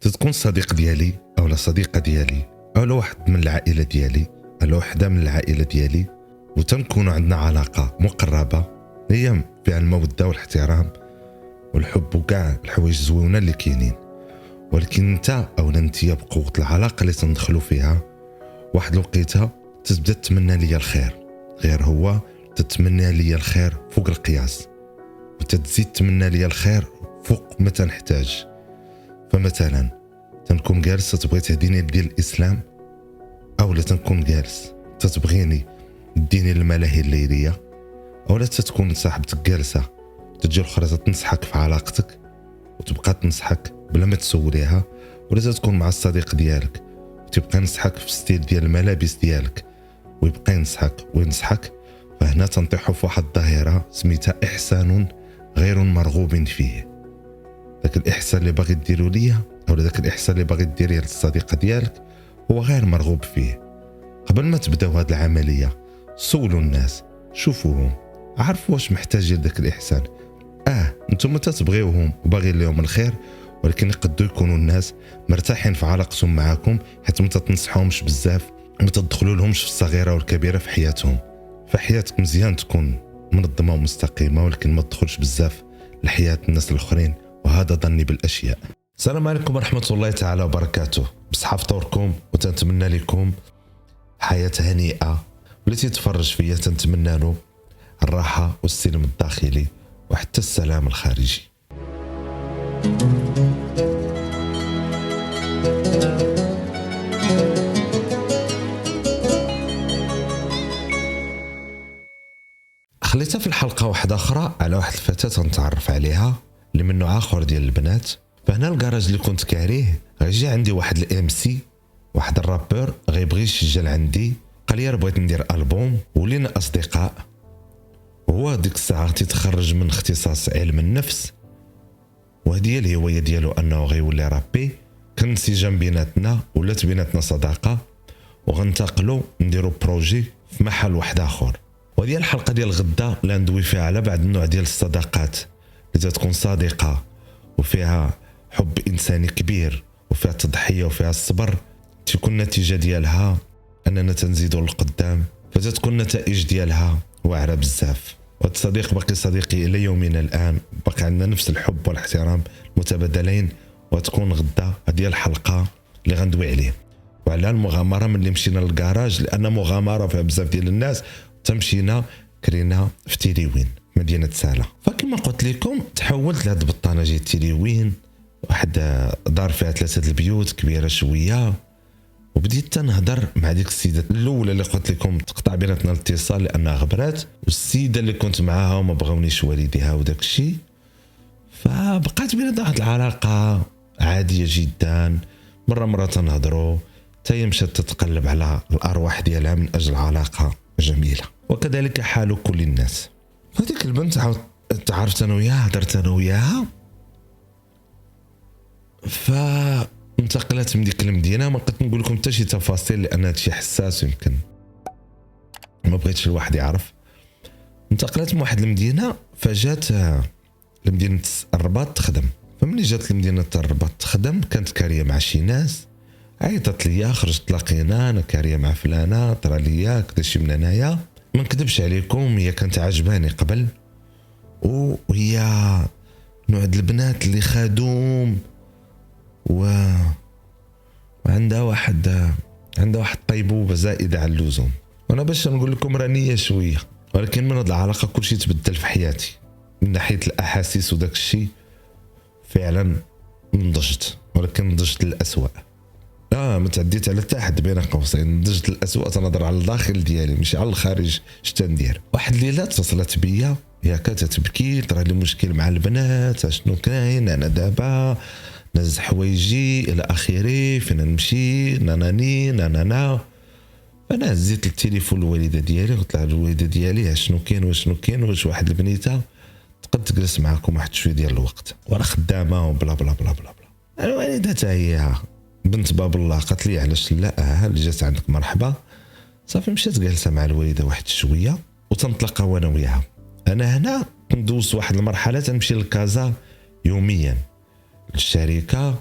تتكون صديق ديالي او لا صديقه ديالي او لا واحد من العائله ديالي او لا وحده من العائله ديالي، وتنكون عندنا علاقه مقربه هي فيها الموده والاحترام والحب وكاع الحوايج الزوينه اللي كاينين. ولكن انت او انت بقوه العلاقه اللي تندخلوا فيها واحد الوقيته تبدا تتمنى لي الخير، غير هو تتمنى لي الخير فوق القياس، وتتزيد تتمنى لي الخير فوق ما تنحتاج. فمثلا تنكون جالس تبغي تهديني لدين الاسلام، او لا تنكون جالس تتبغيني تديني الملاهي الليليه، او لا تكون صاحبتك جالسه تجي الاخرى تنصحك في علاقتك وتبقى تنصحك بلا ما تسوليها، ولا تكون مع الصديق ديالك وتبقى ينصحك في ستيل ديال الملابس ديالك ويبقى ينصحك وينصحك. فهنا تنطيحوا في واحد الظاهره سميتها احسان غير مرغوب فيه. داك الاحسان اللي باغي ديروا ليا او داك الاحسان اللي باغي ديريه للصديقه ديالك هو غير مرغوب فيه. قبل ما تبداو هذه العمليه سولوا الناس، شوفوهم، عرفوا واش محتاجين لذاك الاحسان. انتم تتبغيوهم وباغيين لهم الخير، ولكن يقدروا يكونوا الناس مرتاحين في علاقتهم معاكم حيت ما تتنصحوهمش بزاف، ما تدخلوا لهمش في الصغيره والكبيره في حياتهم. فحياتك مزيان تكون منظمه ومستقيمه، ولكن ما تدخلش بزاف لحياه الناس الاخرين. وهذا ظني بالاشياء. السلام عليكم ورحمه الله تعالى وبركاته. بصحه فطوركم، وتنتمنى لكم حياه هنيئه، واللي تتفرج فيا تنتمنى له الراحه والسلم الداخلي وحتى السلام الخارجي. خليتها في الحلقه واحده اخرى على واحد الفتاه نتعرف عليها اللي من نوع اخر ديال البنات. فهنا الكراج اللي كنت كاريه غيجي عندي واحد الام سي، واحد الرابور غيبغي يسجل عندي، قال لي بغيت ندير البوم ولينا اصدقاء. وهو ديك الساعه تيتخرج من اختصاص علم النفس، وهذه الهوايه ديالو انه غيولي رابي. كنسجم بيناتنا ولات بيناتنا صداقه، وغنتقلوا نديروا بروجي في محل واحد اخر. وهذه الحلقه ديال غدا اللي ندوي فيها على بعض النوع ديال الصداقات اللي تكون صادقه وفيها حب انساني كبير وفيها تضحيه وفيها الصبر، تكون النتيجه ديالها اننا تنزيدوا للقدام، فتتكون النتائج ديالها واعره بزاف. وهذا الصديق باقي صديقي الى يومنا الان، باقي عندنا نفس الحب والاحترام المتبادلين. وتكون غدا هذه الحلقه اللي غندوي عليه وعلى المغامره من اللي مشينا للكراج، لان مغامره فيها بزاف ديال الناس. تمشينا كرينا في تيريوين مدينه ساله. فكما قلت لكم تحولت لهاد البطانه جيت تيريوين، واحد دار فيها 3 البيوت كبيره شويه، وبديت تنهضر مع ديك السيده الاولى اللي قلت لكم تقطع بيناتنا الاتصال لانها غبرات، والسيده اللي كنت معاها وما بغاونيش والديها وداك الشيء. فبقات بيناتنا واحد العلاقه عاديه جدا، مره تنهضروا، حتى هي مشات تتقلب على الارواح ديالها من اجل علاقه جميله. وكذلك حال كل الناس. هذيك البنت تعرفت انا وياها، هضرت انا وياها، فانتقلت من ديك المدينه. ما قلت نقول لكم حتى شي تفاصيل لان هادشي حساس، يمكن ما بغيتش الواحد يعرف. انتقلت من واحد المدينه، فجات لمدينه الرباط تخدم. فملي جات لمدينه الرباط تخدم كانت كاريه مع شي ناس، عيطت ليا، خرجت تلاقينا، انا كاريه مع فلانه، طرا ليا كدا شي من هنايا. ما نكذبش عليكم هي كانت عجباني قبل، وهي نوع البنات اللي خادوم وعندها واحد طيبوبه زائده على اللزوم. وانا باش نقول لكم رانيه شويه، ولكن من هاد العلاقه كلشي تبدل في حياتي من ناحيه الاحاسيس وداك الشيء. فعلا نضجت، ولكن نضجت للأسوأ. ما تعديت على تحت بين قوسين، نضجت للأسوأ. تنظر على الداخل ديالي ماشي على الخارج. شتا ندير؟ واحد الليله اتصلت بيا، هي كانت تبكي، طرا لي مشكل مع البنات، شنو كاين، انا دابا نهز حوايجي الى اخره، فين نمشي، نانا. انا هزيت التليفون الوالده ديالي، قلت لها الوالده ديالي شنو كاين واش واحد البنيته تقد تجلس معكم واحد شويه ديال الوقت، ورا خدامه وبلا بلا بلا بلا بلا. الوالده حتى هي بنت باب الله، قالت لي علاش لا، اللي جات عندك مرحبا. صافي مشات جالسه مع الوالده واحد شويه وتنطلقوا انا وياها. انا هنا كندوز واحد المرحله تنمشي للكازا يوميا للشركه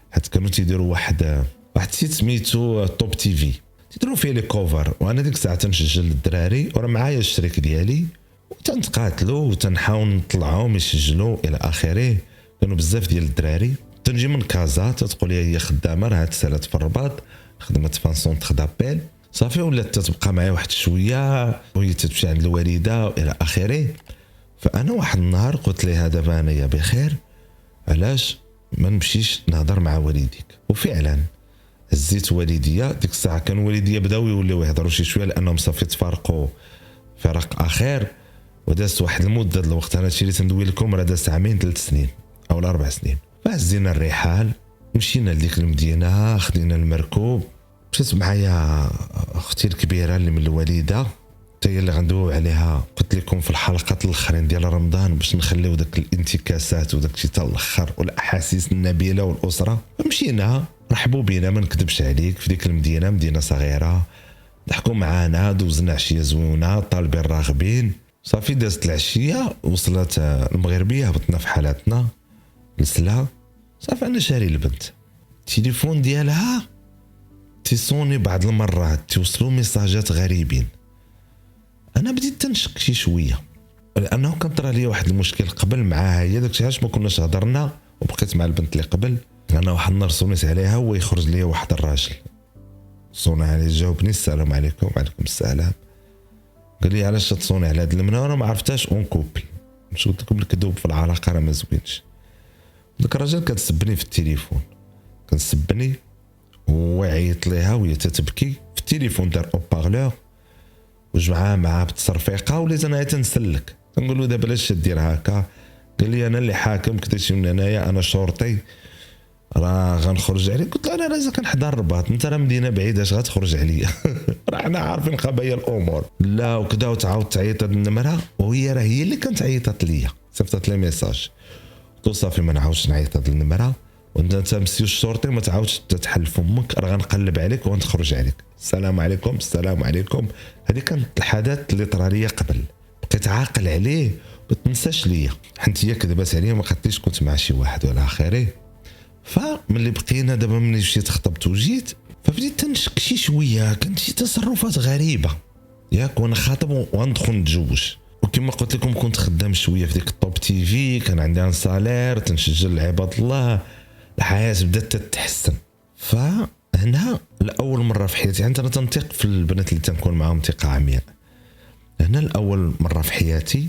حيت كانوا تيديروا واحد سيت سميتو توب تي في، تيديروا فيه لي كوفر، وانا ديك الساعه تنسجل الدراري وراه معايا الشريك ديالي وتنتقاتلوا وتنحاول نطلعوهم يسجلوا الى اخره. كانوا بزاف ديال الدراري تنجي من كازا تتقول لي هي خدامه راه تسالات في الرباط، خدمت في سونتر دابيل صافي، ولات تتبقى معايا واحد شويه وهي تمشي عند الوالده الى اخره. فانا واحد النهار قلت لها دابا انايا بخير، علاش ما نمشيش نهضر مع والديك؟ وفعلا هزيت والديا. ديك الساعه كان والديا بداو يوليو يهضروا شي شويه لانهم صافي تفارقوا فرق اخر، ودازت واحد المده ديال الوقت. انا هادشي اللي تندوي لكم راه داز عامين 3 سنين او 4 سنين. فهزينا الرحال مشينا لديك المدينه، خدينا المركوب، مشيت معايا اختي الكبيره اللي من الوالده، حتى هي اللي غندويو عليها قلت لكم في الحلقات الاخرين ديال رمضان، باش نخليو داك الانتكاسات وداك الشيء حتى الاخر والاحاسيس النبيله والاسره. مشينا رحبوا بينا، ما نكذبش عليك، في ديك المدينه مدينه صغيره، ضحكوا معانا، دوزنا عشيه زوينه طالبين راغبين. صافي دازت العشيه، وصلت المغربيه، هبطنا في حالاتنا لسلا. صافي انا شاري البنت، التليفون ديالها تيصوني بعض المرات، توصلوا ميساجات غريبين. انا بديت تنشك شي شويه لانه كان طرا لي واحد المشكل قبل معاها هي، داكشي علاش ما كناش هضرنا وبقيت مع البنت اللي قبل. انا واحد النهار صونيت عليها هو يخرج لي واحد الراجل، صوني عليه جاوبني السلام عليكم. وعليكم السلام. قال لي علاش تصوني على هاد المنى؟ وانا ما عرفتهاش اون كوبل، مش قلت لكم الكذوب في العلاقه راه ما زوينش. داك الراجل كتسبني في التليفون، كنسبني وعيط ليها وهي تتبكي في التليفون، دار او بارلور وجمعها معاه بالتصرفيقه، وليت انا تنسلك تنقول له دابا علاش دير هكا. قال لي انا اللي حاكم كداش من هنايا، انا شرطي راه غنخرج عليك. قلت له انا راه كنحضر الرباط، انت راه مدينه بعيده اش غتخرج عليا؟ راه حنا عارفين خبايا الامور لا وكذا. وتعاود تعيط هاد النمره، وهي راه هي اللي كانت عيطات ليا، صيفطت لي ميساج. قلت له صافي ما نعاودش نعيط هاد النمره، وانت مسيو الشرطي ما تعاودش تتحل فمك، راه غنقلب عليك وغنخرج عليك. السلام عليكم السلام عليكم. هذه كانت الحدث اللي طرا ليا قبل، بقيت عاقل عليه ما تنساش ليا، حيت هي كذبات عليا ما خديتش، كنت مع شي واحد ولا اخره. فملي بقينا دابا ملي مشيت خطبت وجيت، فبديت تنشك شي شويه، كانت شي تصرفات غريبه ياك وانا خاطب وندخل نتزوج. وكما قلت لكم كنت خدام شويه في ديك الطوب تي في، كان عندي ان سالير تنسجل لعباد الله، الحياه بدات تتحسن. فهنا لاول مره في حياتي، انت انا تنثق في البنات اللي تنكون معاهم ثقه عمياء، هنا لاول مره في حياتي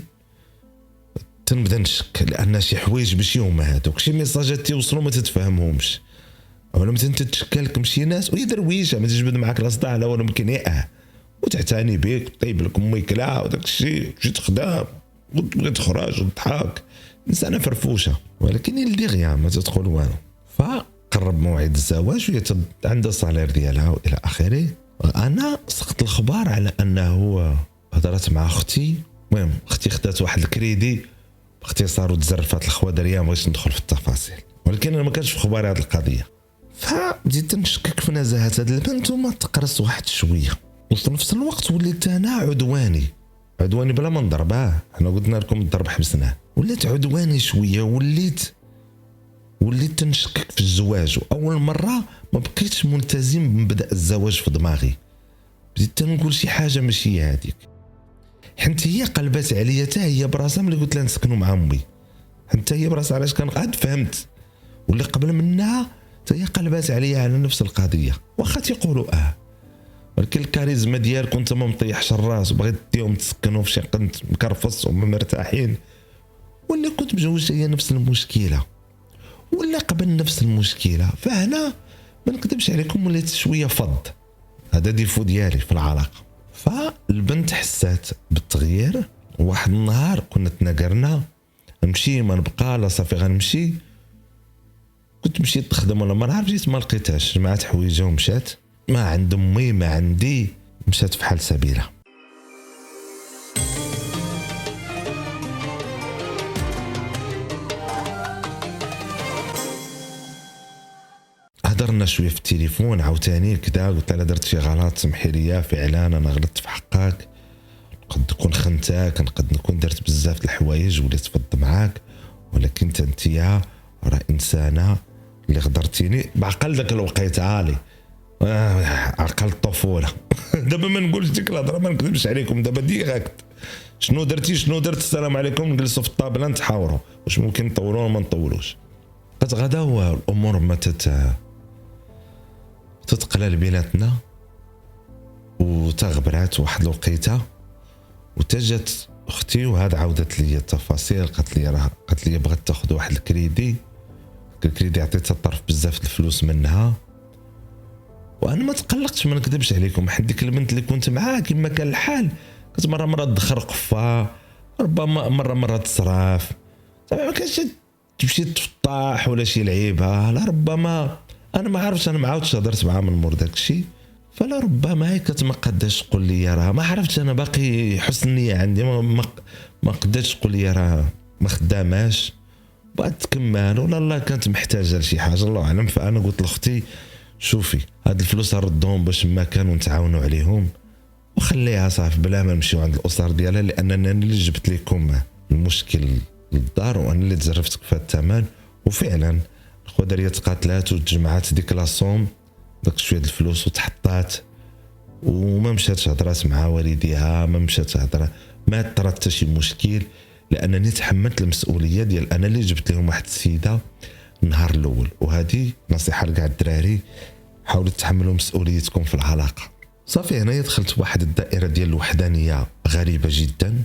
تنبدا نشك، لان شي حوايج ماشي هما هذوك، شي ميساجات تيوصلوا ما تتفاهمهمش، ولا مثلا تتشكلك مشي ناس وهي درويشه ما تجبد معاك الاصداع لا ولا ممكن ياه، وتعتني بك طيب لك ميكلا وداك الشيء، جيت خدام وبغيت تخرج وتضحك، انسانه فرفوشه، ولكن اللي غيا ما تدخل والو. فقرب موعد الزواج وهي عندها صالير ديالها والى اخره. انا سقط الخبر على انه هضرت مع اختي، المهم اختي خدات واحد الكريدي باختصار وتزرفات الخوادريه، ما بغيتش ندخل في التفاصيل، ولكن انا ما كانش في خباري هذه القضيه. فبديت نشكك في نزاهه هذه البنت وما تقرص واحد شويه، وفي نفس الوقت وليت انا عدواني بلا ما نضربه، حنا قلنا لكم الضرب حبسناه، وليت عدواني شويه، وليت تنشكك في الزواج. واول مره ما بقيتش ملتزم بمبدا الزواج في دماغي، بديت تنقول شي حاجه ماشي هذيك، حتى هي قلبات عليا، حتى هي براسها ملي قلت لها نسكنوا مع امي، حتى هي براسها علاش كنقعد فهمت، واللي قبل منها حتى هي قلبات عليا على نفس القضيه، واخا تيقولوا ولكن الكاريزما ديالك كنت ما مطيحش الراس وبغيت ديهم تسكنوا في شي قنت مكرفص وما مرتاحين، ولا كنت مجوج هي نفس المشكله ولا قبل نفس المشكله. فهنا ما نكذبش عليكم وليت شويه فض، هذا ديفو ديالي في العلاقه. فالبنت حسات بالتغيير، واحد النهار كنا تناقرنا نمشي ما نبقى لا صافي غنمشي، كنت مشيت نخدم ولا ما نعرف، جيت ما لقيتهاش، جمعت حويجه ومشات، ما عند امي ما عندي، مشات في حال سبيله. هضرنا شويه في التليفون عاوتاني كذا، قلت لها درت شي غلط سمحي لي فعلا انا غلطت في حقك، قد نكون خنتك، قد نكون درت بزاف د الحوايج وليت فض معاك، ولكن انت راه انسانه اللي غدرتيني بعقل ذاك الوقيته عالي عقل الطفوله. دابا ما نقولش ديك الهضره، ما نكذبش عليكم، دابا ديريكت شنو درتي شنو درت، السلام عليكم، نجلسوا في الطابله نتحاوروا واش ممكن نطولوا ولا ما نطولوش. غدا الامور ما تتقلال بيناتنا وتغبرات واحد الوقيته، وتجات اختي وهاد عاودت لي التفاصيل، قالت لي بغات تاخذ واحد الكريدي عطيتها الطرف بزاف الفلوس منها، وانا ما تقلقتش ما نكذبش عليكم، حيت ديك البنت اللي كنت معاها كما كان الحال كنت مره تدخر قفه، ربما مره تصراف، زعما ما كانش تمشي تفطاح ولا شي لعيبه، لا ربما انا ما عرفتش، انا ما عاودتش هضرت معها من مور داكشي، فلا ربما هي ما قداش تقول لي راه ما عرفتش، انا باقي حسن النيه عندي ما قداش تقول لي راه ما خداماش بغات تكمل، ولا الله كانت محتاجه لشي حاجه الله اعلم. فانا قلت لاختي شوفي هاد الفلوس ردهم باش ما كانوا نتعاونوا عليهم وخليها صافي بلا ما نمشيو عند الاسر ديالها، لان انا اللي جبت لكم المشكل للدار وانا اللي تزرفتك في الثمن. وفعلا الخضريه تقاتلات وتجمعات ديك لاصوم داك شويه الفلوس وتحطات، وما مشاتش هضرات مع والديها، ما مشات هضره، ما طرات حتى شي مشكل، لانني تحملت المسؤوليه ديال انا اللي جبت لهم واحد السيده النهار الاول. وهذه نصيحه لكاع الدراري، حاولوا تحملوا مسؤوليتكم في العلاقه. صافي هنايا دخلت واحد الدائره ديال الوحدانيه غريبه جدا،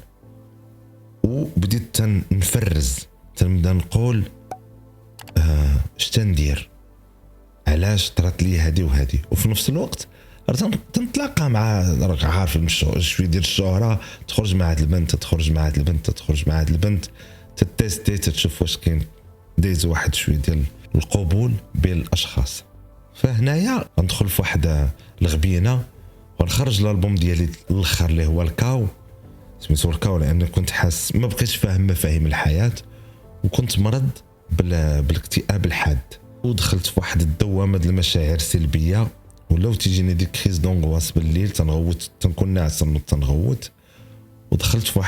وبديت نفرز، تنبدا نقول اش تندير، علاش طرات لي هذه وهذه، وفي نفس الوقت تنتلاقى مع راك عارف شويه ديال الشهره، تخرج مع هاد البنت تخرج مع هاد البنت تتيستي تشوف واش كاين دايز واحد شويه ديال القبول بين الاشخاص. فهنايا ندخل في واحد الغبينه ونخرج الالبوم ديالي الاخر اللي هو الكاو، سميتو الكاو لان كنت حاس ما بقيتش فاهم مفاهيم الحياه، وكنت مرض بالاكتئاب الحاد، ودخلت في واحد الدوامه ديال المشاعر السلبيه، ولو تيجيني ديك كريز دونغواس بالليل تنغوت، تنكون ناعس تنغوت، ودخلت في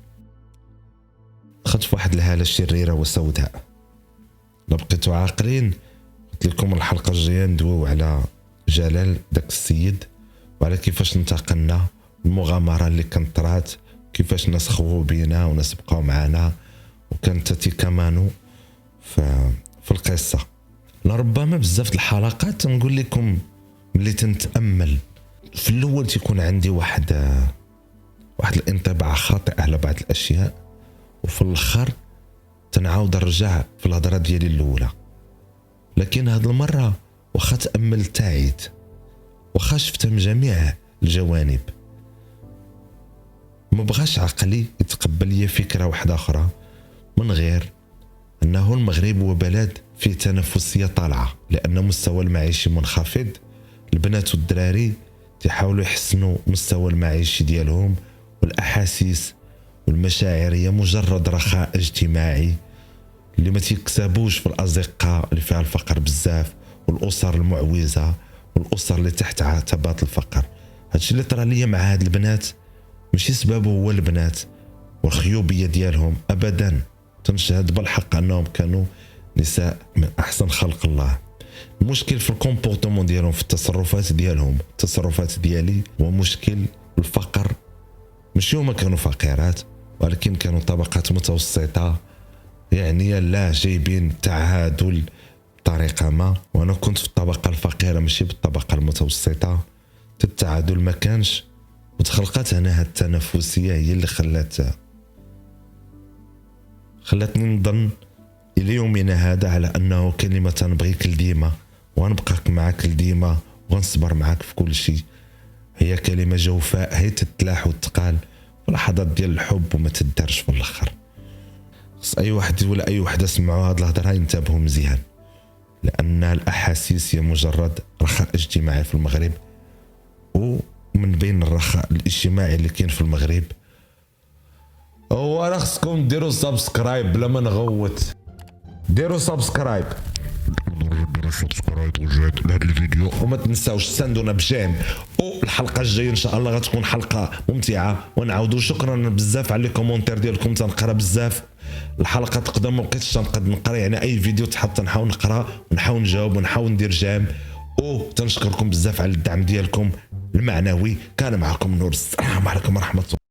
واحد الحاله شريره وسوداء. لا بقيتوا عاقلين قلت لكم الحلقه الجايه ندويو على جلال داك السيد وعلى كيفاش انتقلنا، المغامره اللي كانت طرات، كيفاش ناس خووا بينا وناس بقاو معنا، وكانت تي كمانو في القصه. لربما بزاف الحلقات تنقول لكم ملي تنتامل في الاول تيكون عندي واحد الانطباع خاطئ على بعض الاشياء، وفي الاخر تنعاود نرجع في الهضره ديالي الاولى. لكن هاد المره واخا تاملت تعيد، واخا شفت من جميع الجوانب، ما بغاش عقلي يتقبل لي فكره واحده اخرى من غير انه المغرب هو بلد فيه تنافسيه طالعه، لان مستوى المعيشي منخفض، البنات والدراري تيحاولوا يحسنوا مستوى المعيشي ديالهم، والاحاسيس والمشاعر هي مجرد رخاء اجتماعي اللي ما تيكسبوش في الاصدقاء اللي فيها الفقر بزاف، والاسر المعوزه، والاسر اللي تحت عتبات الفقر. هادشي اللي طرا ليا مع هاد البنات ماشي سببه هو البنات والخيوبيه ديالهم ابدا، تنشهد بالحق انهم كانوا نساء من احسن خلق الله. المشكل في الكومبورتمون ديالهم، في التصرفات ديالهم. التصرفات ديالي هو مشكل الفقر، ماشي هما كانوا فقيرات ولكن كانوا طبقات متوسطه، يعني لا جايبين تعادل بطريقه ما، وانا كنت في الطبقه الفقيره ماشي بالطبقه المتوسطه، التعادل ما كانش، وتخلقت هنا هاد التنافسيه هي اللي خلتني نظن الى يومنا هذا على انه كلمه نبغيك لديما ونبقاك معك لديما ونصبر معك في كل شيء هي كلمه جوفاء، هي تتلاح وتقال في لحظات ديال الحب وما تدارش في الاخر. خص اي واحد ولا اي وحده سمعوا هاد الهضره ينتبهوا مزيان، لان الاحاسيس هي مجرد رخاء اجتماعي في المغرب، ومن بين الرخاء الاجتماعي اللي كاين في المغرب هو راه خصكم ديروا سبسكرايب بلا ما نغوت، ديروا سبسكرايب. ديروا سبسكرايب وجيت لهذا الفيديو. وما تنساوش تساندونا بجيم، والحلقه الجايه ان شاء الله غتكون حلقه ممتعه. ونعاودوا شكرا بزاف على لي كومونتير ديالكم، تنقرا بزاف. الحلقه تقدر ما بقيتش تنقد نقرا، يعني اي فيديو تحط نحاول نقرا ونحاول نجاوب ونحاول ندير جام. تنشكركم بزاف على الدعم ديالكم المعنوي. كان معكم نور، السلام عليكم ورحمه الله.